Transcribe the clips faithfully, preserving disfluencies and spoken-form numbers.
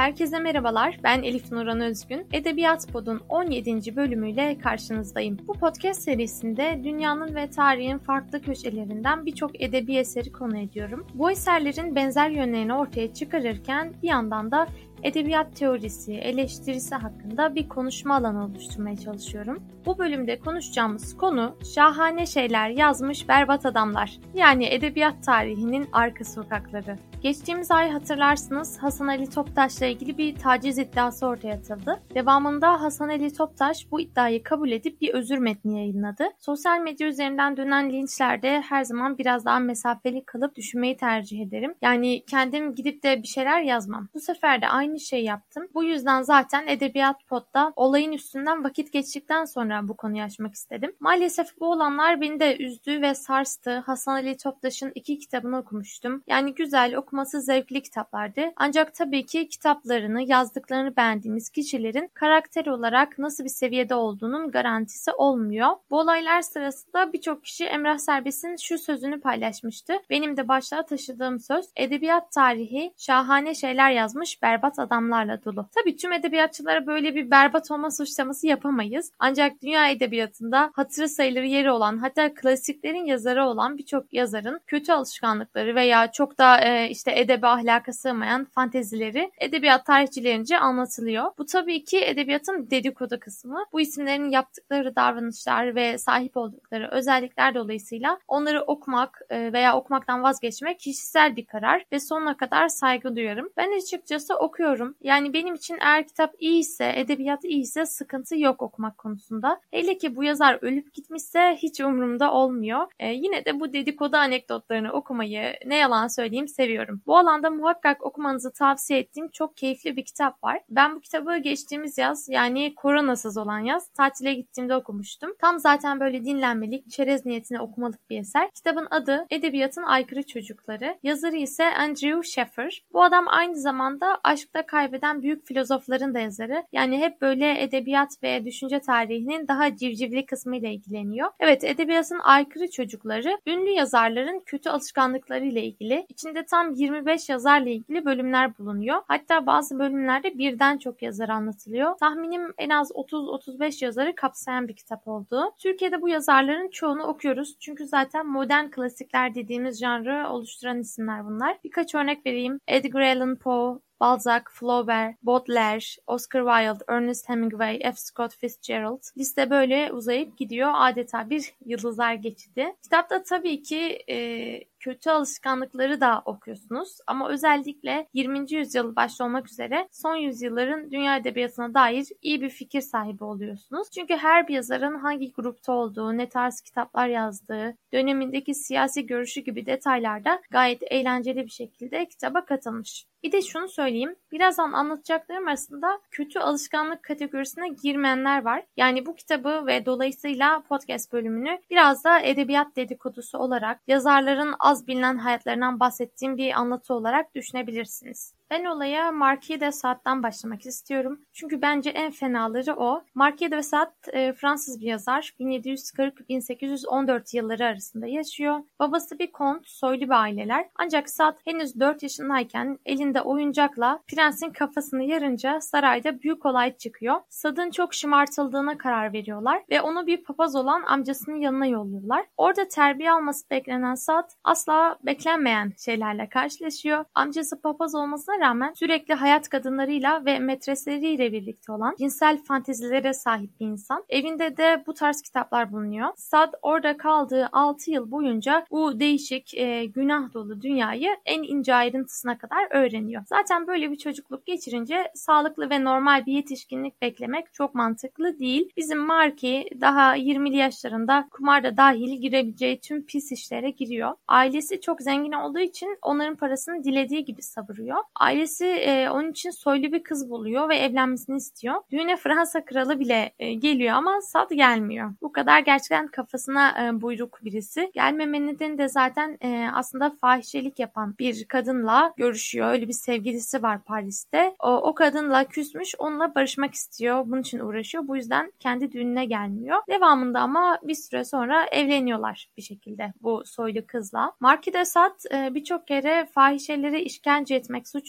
Herkese merhabalar, ben Elif Nuran Özgün. Edebiyat Pod'un on yedinci bölümüyle karşınızdayım. Bu podcast serisinde dünyanın ve tarihin farklı köşelerinden birçok edebi eseri konu ediyorum. Bu eserlerin benzer yönlerini ortaya çıkarırken bir yandan da edebiyat teorisi, eleştirisi hakkında bir konuşma alanı oluşturmaya çalışıyorum. Bu bölümde konuşacağımız konu şahane şeyler yazmış berbat adamlar. Yani edebiyat tarihinin arka sokakları. Geçtiğimiz ay hatırlarsınız Hasan Ali Toptaş'la ilgili bir taciz iddiası ortaya atıldı. Devamında Hasan Ali Toptaş bu iddiayı kabul edip bir özür metni yayınladı. Sosyal medya üzerinden dönen linçlerde her zaman biraz daha mesafeli kalıp düşünmeyi tercih ederim. Yani kendim gidip de bir şeyler yazmam. Bu sefer de aynı şey yaptım. Bu yüzden zaten Edebiyat Pod'da olayın üstünden vakit geçtikten sonra bu konuyu açmak istedim. Maalesef bu olanlar beni de üzdü ve sarstı. Hasan Ali Toptaş'ın iki kitabını okumuştum. Yani güzel, okuması zevkli kitaplardı. Ancak tabii ki kitaplarını, yazdıklarını beğendiğimiz kişilerin karakter olarak nasıl bir seviyede olduğunun garantisi olmuyor. Bu olaylar sırasında birçok kişi Emrah Serbest'in şu sözünü paylaşmıştı. Benim de başlığa taşıdığım söz, edebiyat tarihi şahane şeyler yazmış berbat adamlarla dolu. Tabii tüm edebiyatçılara böyle bir berbat olma suçlaması yapamayız. Ancak dünya edebiyatında hatırı sayılır yeri olan, hatta klasiklerin yazarı olan birçok yazarın kötü alışkanlıkları veya çok da e, işte edebi ahlaka sığmayan fantezileri edebiyat tarihçilerince anlatılıyor. Bu tabii ki edebiyatın dedikodu kısmı. Bu isimlerin yaptıkları davranışlar ve sahip oldukları özellikler dolayısıyla onları okumak e, veya okumaktan vazgeçmek kişisel bir karar ve sonuna kadar saygı duyarım. Ben açıkçası okuyorum. Yani benim için eğer kitap iyiyse, edebiyat iyiyse sıkıntı yok okumak konusunda. Hele ki bu yazar ölüp gitmişse hiç umurumda olmuyor. Ee, yine de bu dedikodu anekdotlarını okumayı ne yalan söyleyeyim seviyorum. Bu alanda muhakkak okumanızı tavsiye ettiğim çok keyifli bir kitap var. Ben bu kitabı geçtiğimiz yaz, yani koronasız olan yaz, tatile gittiğimde okumuştum. Tam zaten böyle dinlenmelik, çerez niyetine okumalık bir eser. Kitabın adı Edebiyatın Aykırı Çocukları. Yazarı ise Andrew Sheffer. Bu adam aynı zamanda aşkta kaybeden büyük filozofların da yazarı. Yani hep böyle edebiyat ve düşünce tarihinin daha civcivli kısmıyla ilgileniyor. Evet, edebiyatın aykırı çocukları ünlü yazarların kötü alışkanlıkları ile ilgili. İçinde tam yirmi beş yazarla ilgili bölümler bulunuyor. Hatta bazı bölümlerde birden çok yazar anlatılıyor. Tahminim en az otuz otuz beş yazarı kapsayan bir kitap olduğu. Türkiye'de bu yazarların çoğunu okuyoruz. Çünkü zaten modern klasikler dediğimiz janrı oluşturan isimler bunlar. Birkaç örnek vereyim. Edgar Allan Poe, Balzac, Flaubert, Baudelaire, Oscar Wilde, Ernest Hemingway, F. Scott Fitzgerald. Liste böyle uzayıp gidiyor. Adeta bir yıldızlar geçidi. Kitapta tabii ki e, kötü alışkanlıkları da okuyorsunuz. Ama özellikle yirminci yüzyıl başta olmak üzere son yüzyılların dünya edebiyatına dair iyi bir fikir sahibi oluyorsunuz. Çünkü her bir yazarın hangi grupta olduğu, ne tarz kitaplar yazdığı, dönemindeki siyasi görüşü gibi detaylar da gayet eğlenceli bir şekilde kitaba katılmış. Bir de şunu söyleyeyim, birazdan anlatacaklarım arasında kötü alışkanlık kategorisine girmeyenler var. Yani bu kitabı ve dolayısıyla podcast bölümünü biraz da edebiyat dedikodusu olarak, yazarların az bilinen hayatlarından bahsettiğim bir anlatı olarak düşünebilirsiniz. Ben olaya Marquis de Sade'den başlamak istiyorum. Çünkü bence en fenaları o. Marquis de Sade e, Fransız bir yazar. bin yedi yüz kırk bin sekiz yüz on dört yılları arasında yaşıyor. Babası bir kont, soylu bir aileler. Ancak Sade henüz dört yaşındayken elinde oyuncakla prensin kafasını yarınca sarayda büyük olay çıkıyor. Sade'ın çok şımartıldığına karar veriyorlar ve onu bir papaz olan amcasının yanına yolluyorlar. Orada terbiye alması beklenen Sade asla beklenmeyen şeylerle karşılaşıyor. Amcası papaz olmasına rağmen sürekli hayat kadınlarıyla ve metresleriyle birlikte olan cinsel fantezilere sahip bir insan. Evinde de bu tarz kitaplar bulunuyor. Sade orada kaldığı altı yıl boyunca bu değişik, e, günah dolu dünyayı en ince ayrıntısına kadar öğreniyor. Zaten böyle bir çocukluk geçirince sağlıklı ve normal bir yetişkinlik beklemek çok mantıklı değil. Bizim Marquis daha yirmili yaşlarında kumarda dahil girebileceği tüm pis işlere giriyor. Ailesi çok zengin olduğu için onların parasını dilediği gibi savuruyor. Ailesi e, onun için soylu bir kız buluyor ve evlenmesini istiyor. Düğüne Fransa kralı bile e, geliyor ama Sade gelmiyor. Bu kadar gerçekten kafasına e, buyruk birisi. Gelmeme nedeni de zaten e, aslında fahişelik yapan bir kadınla görüşüyor. Öyle bir sevgilisi var Paris'te. O, o kadınla küsmüş, onunla barışmak istiyor. Bunun için uğraşıyor. Bu yüzden kendi düğününe gelmiyor. Devamında ama bir süre sonra evleniyorlar bir şekilde bu soylu kızla. Marquis de Sade e, birçok kere fahişelere işkence etmek suçundan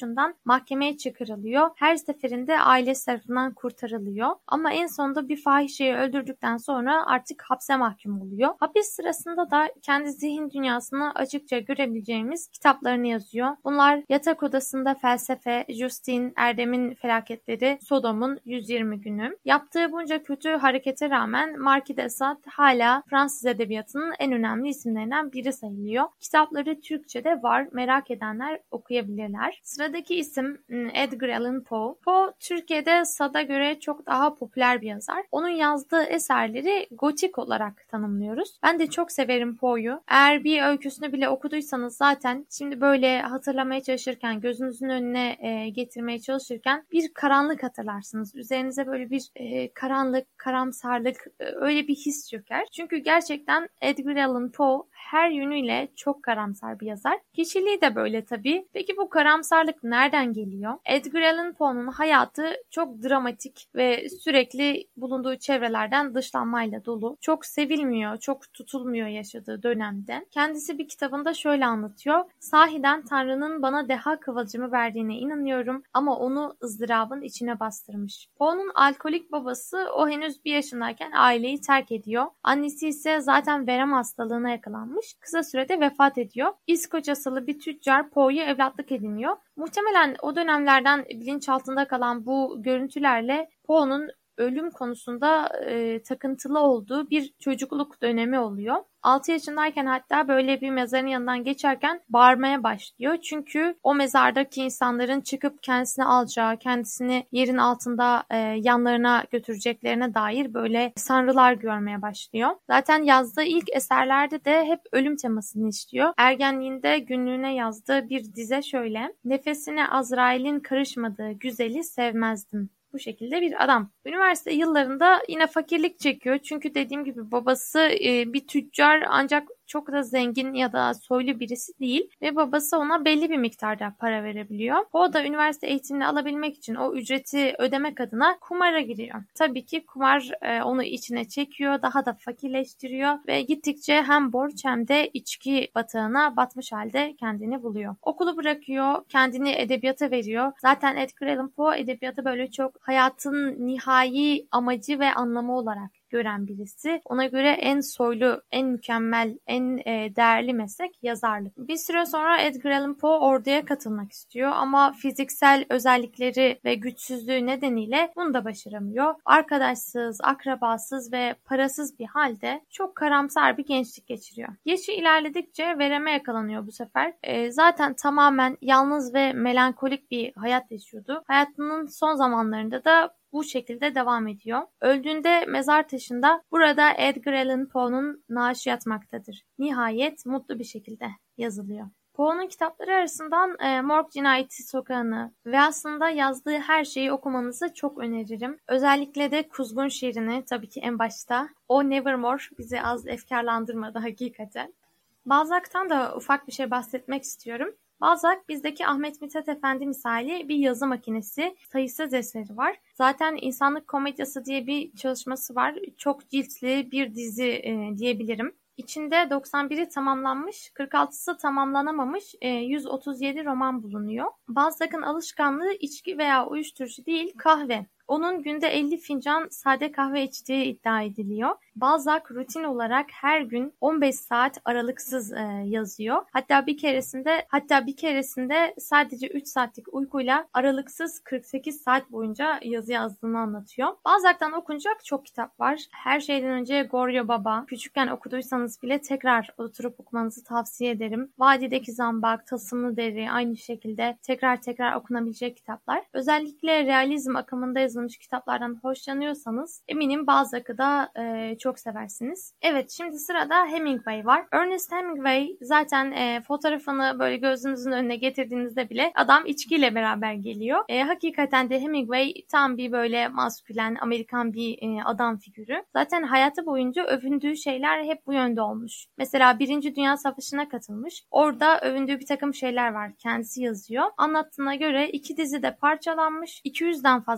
suçundan mahkemeye çıkarılıyor. Her seferinde ailesi tarafından kurtarılıyor. Ama en sonunda bir fahişeyi öldürdükten sonra artık hapse mahkum oluyor. Hapis sırasında da kendi zihin dünyasını açıkça görebileceğimiz kitaplarını yazıyor. Bunlar Yatak Odasında Felsefe, Justine, Erdem'in Felaketleri, Sodom'un yüz yirmi Günü. Yaptığı bunca kötü harekete rağmen Marquis de Sade hala Fransız edebiyatının en önemli isimlerinden biri sayılıyor. Kitapları Türkçe'de var. Merak edenler okuyabilirler. Sıradaki isim Edgar Allan Poe. Poe Türkiye'de Sade'a göre çok daha popüler bir yazar. Onun yazdığı eserleri gotik olarak tanımlıyoruz. Ben de çok severim Poe'yu. Eğer bir öyküsünü bile okuduysanız zaten şimdi böyle hatırlamaya çalışırken, gözünüzün önüne e, getirmeye çalışırken bir karanlık hatırlarsınız. Üzerinize böyle bir e, karanlık, karamsarlık, e, öyle bir his çöker. Çünkü gerçekten Edgar Allan Poe her yönüyle çok karamsar bir yazar. Kişiliği de böyle tabii. Peki bu karamsarlık nereden geliyor? Edgar Allan Poe'nun hayatı çok dramatik ve sürekli bulunduğu çevrelerden dışlanmayla dolu. Çok sevilmiyor, çok tutulmuyor yaşadığı dönemde. Kendisi bir kitabında şöyle anlatıyor. Sahiden Tanrı'nın bana deha kıvılcımı verdiğine inanıyorum ama onu ızdırabın içine bastırmış. Poe'nun alkolik babası o henüz bir yaşındayken aileyi terk ediyor. Annesi ise zaten verem hastalığına yakalanmış. Kısa sürede vefat ediyor. İskoç asıllı bir tüccar Poe'yu evlatlık ediniyor. Muhtemelen o dönemlerden bilinçaltında kalan bu görüntülerle Poe'nun ölüm konusunda e, takıntılı olduğu bir çocukluk dönemi oluyor. altı yaşındayken hatta böyle bir mezarın yanından geçerken bağırmaya başlıyor. Çünkü o mezardaki insanların çıkıp kendisini alacağı, kendisini yerin altında e, yanlarına götüreceklerine dair böyle sanrılar görmeye başlıyor. Zaten yazdığı ilk eserlerde de hep ölüm temasını işliyor. Ergenliğinde günlüğüne yazdığı bir dize şöyle: Nefesine Azrail'in karışmadığı güzeli sevmezdim. Bu şekilde bir adam. Üniversite yıllarında yine fakirlik çekiyor. Çünkü dediğim gibi babası e, bir tüccar ancak çok da zengin ya da soylu birisi değil ve babası ona belli bir miktarda para verebiliyor. O da üniversite eğitimini alabilmek için o ücreti ödemek adına kumara giriyor. Tabii ki kumar e, onu içine çekiyor, daha da fakirleştiriyor ve gittikçe hem borç hem de içki batağına batmış halde kendini buluyor. Okulu bırakıyor, kendini edebiyata veriyor. Zaten Edgar Allan Poe edebiyatı böyle çok hayatın nihai amacı ve anlamı olarak gören birisi. Ona göre en soylu, en mükemmel, en e, değerli meslek yazarlık. Bir süre sonra Edgar Allan Poe orduya katılmak istiyor ama fiziksel özellikleri ve güçsüzlüğü nedeniyle bunu da başaramıyor. Arkadaşsız, akrabasız ve parasız bir halde çok karamsar bir gençlik geçiriyor. Yaşı ilerledikçe vereme yakalanıyor bu sefer. E, zaten tamamen yalnız ve melankolik bir hayat yaşıyordu. Hayatının son zamanlarında da bu şekilde devam ediyor. Öldüğünde mezar taşında burada Edgar Allan Poe'nun naaşı yatmaktadır. Nihayet mutlu bir şekilde yazılıyor. Poe'nun kitapları arasından e, Morg Cinayeti Sokağı'nı ve aslında yazdığı her şeyi okumanızı çok öneririm. Özellikle de Kuzgun şiirini tabii ki en başta. O Nevermore bizi az efkarlandırmadı hakikaten. Balzac'tan da ufak bir şey bahsetmek istiyorum. Balzac bizdeki Ahmet Mithat Efendi misali bir yazı makinesi, sayısız eseri var. Zaten İnsanlık Komedyası diye bir çalışması var. Çok ciltli bir dizi e, diyebilirim. İçinde doksan biri tamamlanmış, kırk altısı tamamlanamamış e, yüz otuz yedi roman bulunuyor. Balzac'ın alışkanlığı içki veya uyuşturucu değil, kahve. Onun günde elli fincan sade kahve içtiği iddia ediliyor. Balzac rutin olarak her gün on beş saat aralıksız e, yazıyor. Hatta bir keresinde hatta bir keresinde sadece üç saatlik uykuyla aralıksız kırk sekiz saat boyunca yazı yazdığını anlatıyor. Balzac'tan okunacak çok kitap var. Her şeyden önce Goryo Baba. Küçükken okuduysanız bile tekrar oturup okumanızı tavsiye ederim. Vadideki Zambak, Tasımlı Deri aynı şekilde tekrar tekrar okunabilecek kitaplar. Özellikle realizm akımında yazılmış kitaplardan hoşlanıyorsanız eminim Balzac'ı da e, çok seversiniz. Evet, şimdi sırada Hemingway var. Ernest Hemingway zaten e, fotoğrafını böyle gözünüzün önüne getirdiğinizde bile adam içkiyle beraber geliyor. E, hakikaten de Hemingway tam bir böyle maskülen Amerikan bir e, adam figürü. Zaten hayatı boyunca övündüğü şeyler hep bu yönde olmuş. Mesela Birinci Dünya Savaşı'na katılmış. Orada övündüğü bir takım şeyler var. Kendisi yazıyor. Anlattığına göre iki dizide parçalanmış. iki yüzden fazla şarap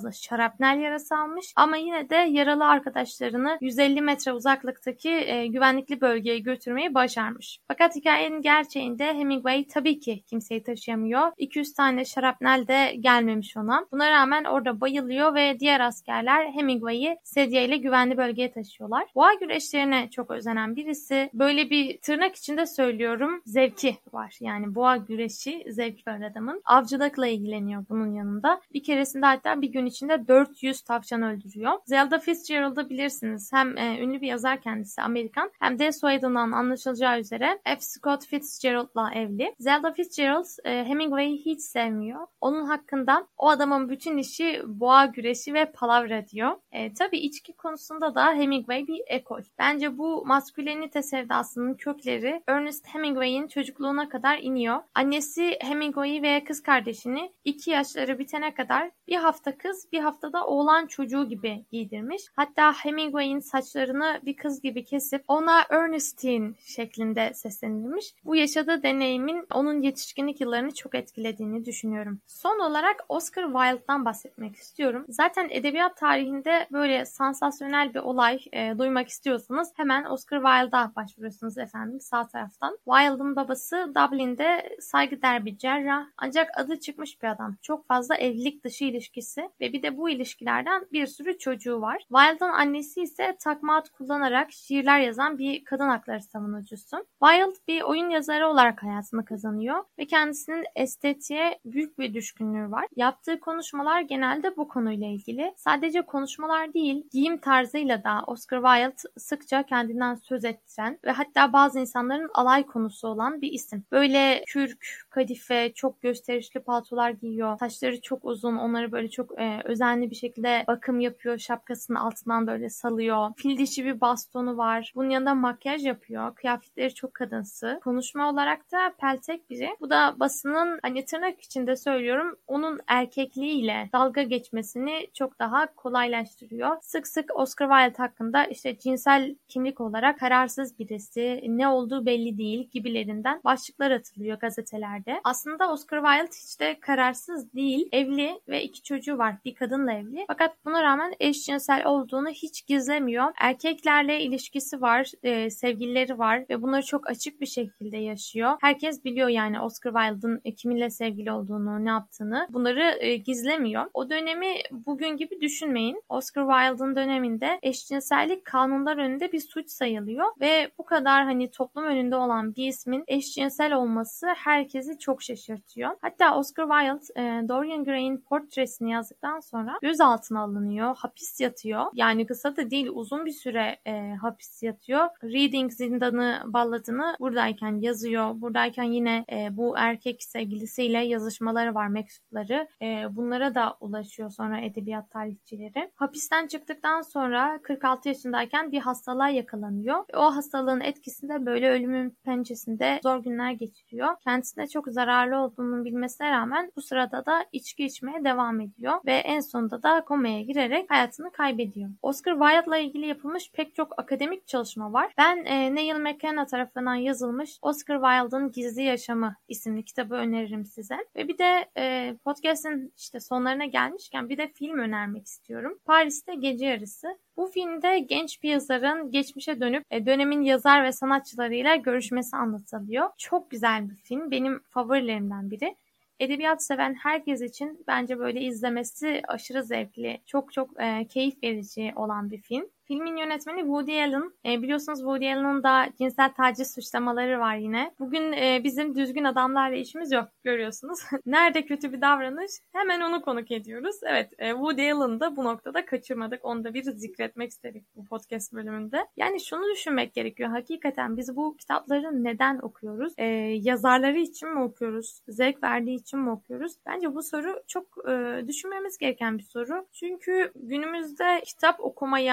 şarapnel yarası almış ama yine de yaralı arkadaşlarını yüz elli metre uzaklıktaki e, güvenlikli bölgeye götürmeyi başarmış. Fakat hikayenin gerçeğinde Hemingway tabii ki kimseyi taşıyamıyor. iki yüz tane şarapnel de gelmemiş ona. Buna rağmen orada bayılıyor ve diğer askerler Hemingway'i sedyeyle güvenli bölgeye taşıyorlar. Boğa güreşlerine çok özenen birisi, böyle bir tırnak içinde söylüyorum, zevki var. Yani boğa güreşi zevki var adamın. Avcılıkla ilgileniyor bunun yanında. Bir keresinde hatta bir gün içinde dört yüz tavşan öldürüyor. Zelda Fitzgerald'ı bilirsiniz. Hem e, ünlü bir yazar kendisi, Amerikan, hem de soyadından anlaşılacağı üzere F. Scott Fitzgerald'la evli. Zelda Fitzgerald e, Hemingway'i hiç sevmiyor. Onun hakkında o adamın bütün işi boğa güreşi ve palavra diyor. E, tabii içki konusunda da Hemingway bir ekol. Bence bu maskülenite sevdasının kökleri Ernest Hemingway'in çocukluğuna kadar iniyor. Annesi Hemingway'i ve kız kardeşini iki yaşları bitene kadar bir hafta kız, bir haftada oğlan çocuğu gibi giydirmiş. Hatta Hemingway'in saçlarını bir kız gibi kesip ona Ernestine şeklinde seslenilmiş. Bu yaşadığı deneyimin onun yetişkinlik yıllarını çok etkilediğini düşünüyorum. Son olarak Oscar Wilde'dan bahsetmek istiyorum. Zaten edebiyat tarihinde böyle sansasyonel bir olay e, duymak istiyorsanız hemen Oscar Wilde'a başvuruyorsunuz efendim, sağ taraftan. Wilde'ın babası Dublin'de saygıdeğer bir cerrah, ancak adı çıkmış bir adam. Çok fazla evlilik dışı ilişkisi ve bir de bu ilişkilerden bir sürü çocuğu var. Wilde'ın annesi ise takma ad kullanarak şiirler yazan bir kadın hakları savunucusu. Wilde bir oyun yazarı olarak hayatını kazanıyor ve kendisinin estetiğe büyük bir düşkünlüğü var. Yaptığı konuşmalar genelde bu konuyla ilgili. Sadece konuşmalar değil, giyim tarzıyla da Oscar Wilde sıkça kendinden söz ettiren ve hatta bazı insanların alay konusu olan bir isim. Böyle kürk, kadife, çok gösterişli paltolar giyiyor. Saçları çok uzun, onları böyle çok e, özenli bir şekilde bakım yapıyor. Şapkasının altından böyle salıyor. Fil dişi bir bastonu var. Bunun yanında makyaj yapıyor. Kıyafetleri çok kadınsı. Konuşma olarak da peltek biri. Bu da basının, hani tırnak içinde söylüyorum, onun erkekliğiyle dalga geçmesini çok daha kolaylaştırıyor. Sık sık Oscar Wilde hakkında işte cinsel kimlik olarak kararsız birisi, ne olduğu belli değil gibilerinden başlıklar atılıyor gazetelerde. Aslında Oscar Wilde hiç de kararsız değil. Evli ve iki çocuğu var. Bir kadınla evli. Fakat buna rağmen eşcinsel olduğunu hiç gizlemiyor. Erkeklerle ilişkisi var, e, sevgilileri var ve bunları çok açık bir şekilde yaşıyor. Herkes biliyor yani Oscar Wilde'ın kiminle sevgili olduğunu, ne yaptığını. Bunları e, gizlemiyor. O dönemi bugün gibi düşünmeyin. Oscar Wilde'ın döneminde eşcinsellik kanunlar önünde bir suç sayılıyor ve bu kadar hani toplum önünde olan bir ismin eşcinsel olması herkesi çok şaşırtıyor. Hatta Oscar Wilde e, Dorian Gray'in portresini yazdıktan sonra gözaltına alınıyor, hapis yatıyor. Yani kısa da değil, uzun bir süre e, hapis yatıyor. Reading zindanı balladını buradayken yazıyor. Buradayken yine e, bu erkek sevgilisiyle yazışmaları var, mektupları. E, bunlara da ulaşıyor sonra edebiyat tarihçileri. Hapisten çıktıktan sonra kırk altı yaşındayken bir hastalığa yakalanıyor. O hastalığın etkisinde böyle ölümün pençesinde zor günler geçiriyor. Kendisine çok zararlı olduğunu bilmesine rağmen bu sırada da içki içmeye devam ediyor ve en sonunda da komaya girerek hayatını kaybediyor. Oscar Wilde'la ilgili yapılmış pek çok akademik çalışma var. Ben e, Neil McKenna tarafından yazılmış Oscar Wilde'ın Gizli Yaşamı isimli kitabı öneririm size. Ve bir de e, podcast'in işte sonlarına gelmişken bir de film önermek istiyorum. Paris'te Gece Yarısı. Bu filmde genç bir yazarın geçmişe dönüp e, dönemin yazar ve sanatçılarıyla görüşmesi anlatılıyor. Çok güzel bir film. Benim favorilerimden biri. Edebiyat seven herkes için bence böyle izlemesi aşırı zevkli, çok çok e, keyif verici olan bir film. Filmin yönetmeni Woody Allen. E, biliyorsunuz Woody Allen'ın da cinsel taciz suçlamaları var yine. Bugün e, bizim düzgün adamlarla işimiz yok, görüyorsunuz. Nerede kötü bir davranış hemen onu konuk ediyoruz. Evet, e, Woody Allen'ı da bu noktada kaçırmadık. Onu da bir zikretmek istedik bu podcast bölümünde. Yani şunu düşünmek gerekiyor. Hakikaten biz bu kitapları neden okuyoruz? E, yazarları için mi okuyoruz? Zevk verdiği için mi okuyoruz? Bence bu soru çok e, düşünmemiz gereken bir soru. Çünkü günümüzde kitap okumaya ve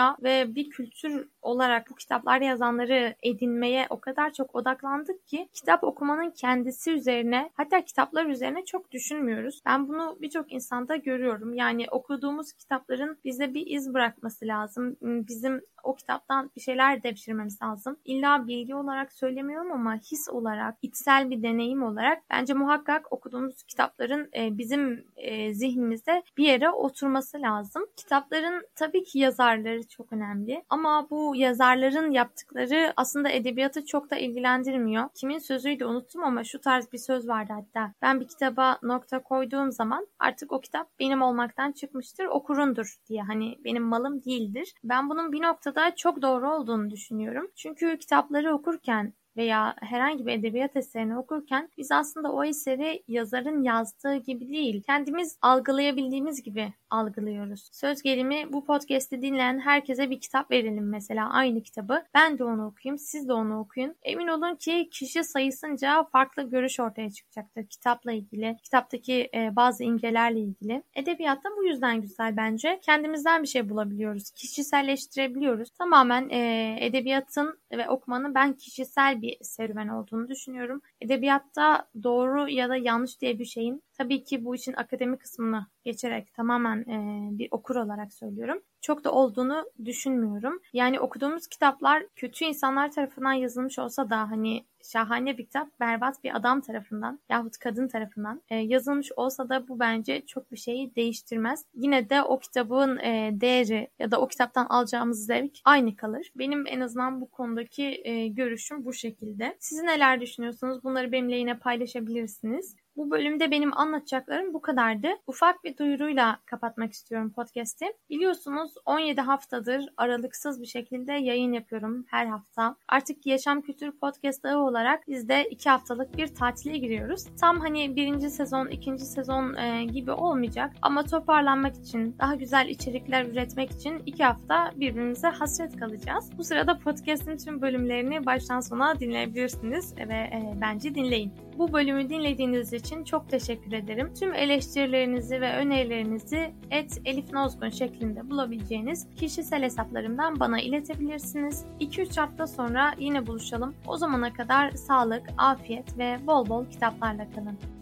ve bir kültür olarak bu kitapları yazanları edinmeye o kadar çok odaklandık ki kitap okumanın kendisi üzerine, hatta kitaplar üzerine çok düşünmüyoruz. Ben bunu birçok insanda görüyorum. Yani okuduğumuz kitapların bize bir iz bırakması lazım. Bizim o kitaptan bir şeyler devşirmemiz lazım. İlla bilgi olarak söylemiyorum ama his olarak, içsel bir deneyim olarak bence muhakkak okuduğumuz kitapların e, bizim e, zihnimizde bir yere oturması lazım. Kitapların tabii ki yazarları çok önemli ama bu yazarların yaptıkları aslında edebiyatı çok da ilgilendirmiyor. Kimin sözüydü unuttum ama şu tarz bir söz vardı hatta. Ben bir kitaba nokta koyduğum zaman artık o kitap benim olmaktan çıkmıştır, okurundur diye. Hani benim malım değildir. Ben bunun bir noktada çok doğru olduğunu düşünüyorum. Çünkü kitapları okurken veya herhangi bir edebiyat eserini okurken biz aslında o eseri yazarın yazdığı gibi değil, kendimiz algılayabildiğimiz gibi algılıyoruz. Söz gelimi bu podcast'i dinleyen herkese bir kitap verelim mesela, aynı kitabı. Ben de onu okuyayım, siz de onu okuyun. Emin olun ki kişi sayısınca farklı görüş ortaya çıkacaktır kitapla ilgili, kitaptaki e, bazı imgelerle ilgili. Edebiyat da bu yüzden güzel bence. Kendimizden bir şey bulabiliyoruz, kişiselleştirebiliyoruz. Tamamen e, edebiyatın ve okumanın ben kişisel bir serüven olduğunu düşünüyorum. Edebiyatta doğru ya da yanlış diye bir şeyin, tabii ki bu işin akademik kısmını geçerek tamamen e, bir okur olarak söylüyorum, çok da olduğunu düşünmüyorum. Yani okuduğumuz kitaplar kötü insanlar tarafından yazılmış olsa da, hani şahane bir kitap berbat bir adam tarafından yahut kadın tarafından e, yazılmış olsa da bu bence çok bir şeyi değiştirmez. Yine de o kitabın e, değeri ya da o kitaptan alacağımız zevk aynı kalır. Benim en azından bu konudaki e, görüşüm bu şekilde. Siz neler düşünüyorsunuz? Bunları benimle yine paylaşabilirsiniz. Bu bölümde benim anlatacaklarım bu kadardı. Ufak bir duyuruyla kapatmak istiyorum podcast'i. Biliyorsunuz on yedi haftadır aralıksız bir şekilde yayın yapıyorum her hafta. Artık Yaşam Kültür Podcast ağı olarak biz de iki haftalık bir tatile giriyoruz. Tam hani birinci sezon, ikinci sezon e, gibi olmayacak ama toparlanmak için, daha güzel içerikler üretmek için iki hafta birbirimize hasret kalacağız. Bu sırada podcast'in tüm bölümlerini baştan sona dinleyebilirsiniz ve e, bence dinleyin. Bu bölümü dinlediğiniz için çok teşekkür ederim. Tüm eleştirilerinizi ve önerilerinizi et elif nozgun şeklinde bulabileceğiniz kişisel hesaplarımdan bana iletebilirsiniz. iki üç hafta sonra yine buluşalım. O zamana kadar sağlık, afiyet ve bol bol kitaplarla kalın.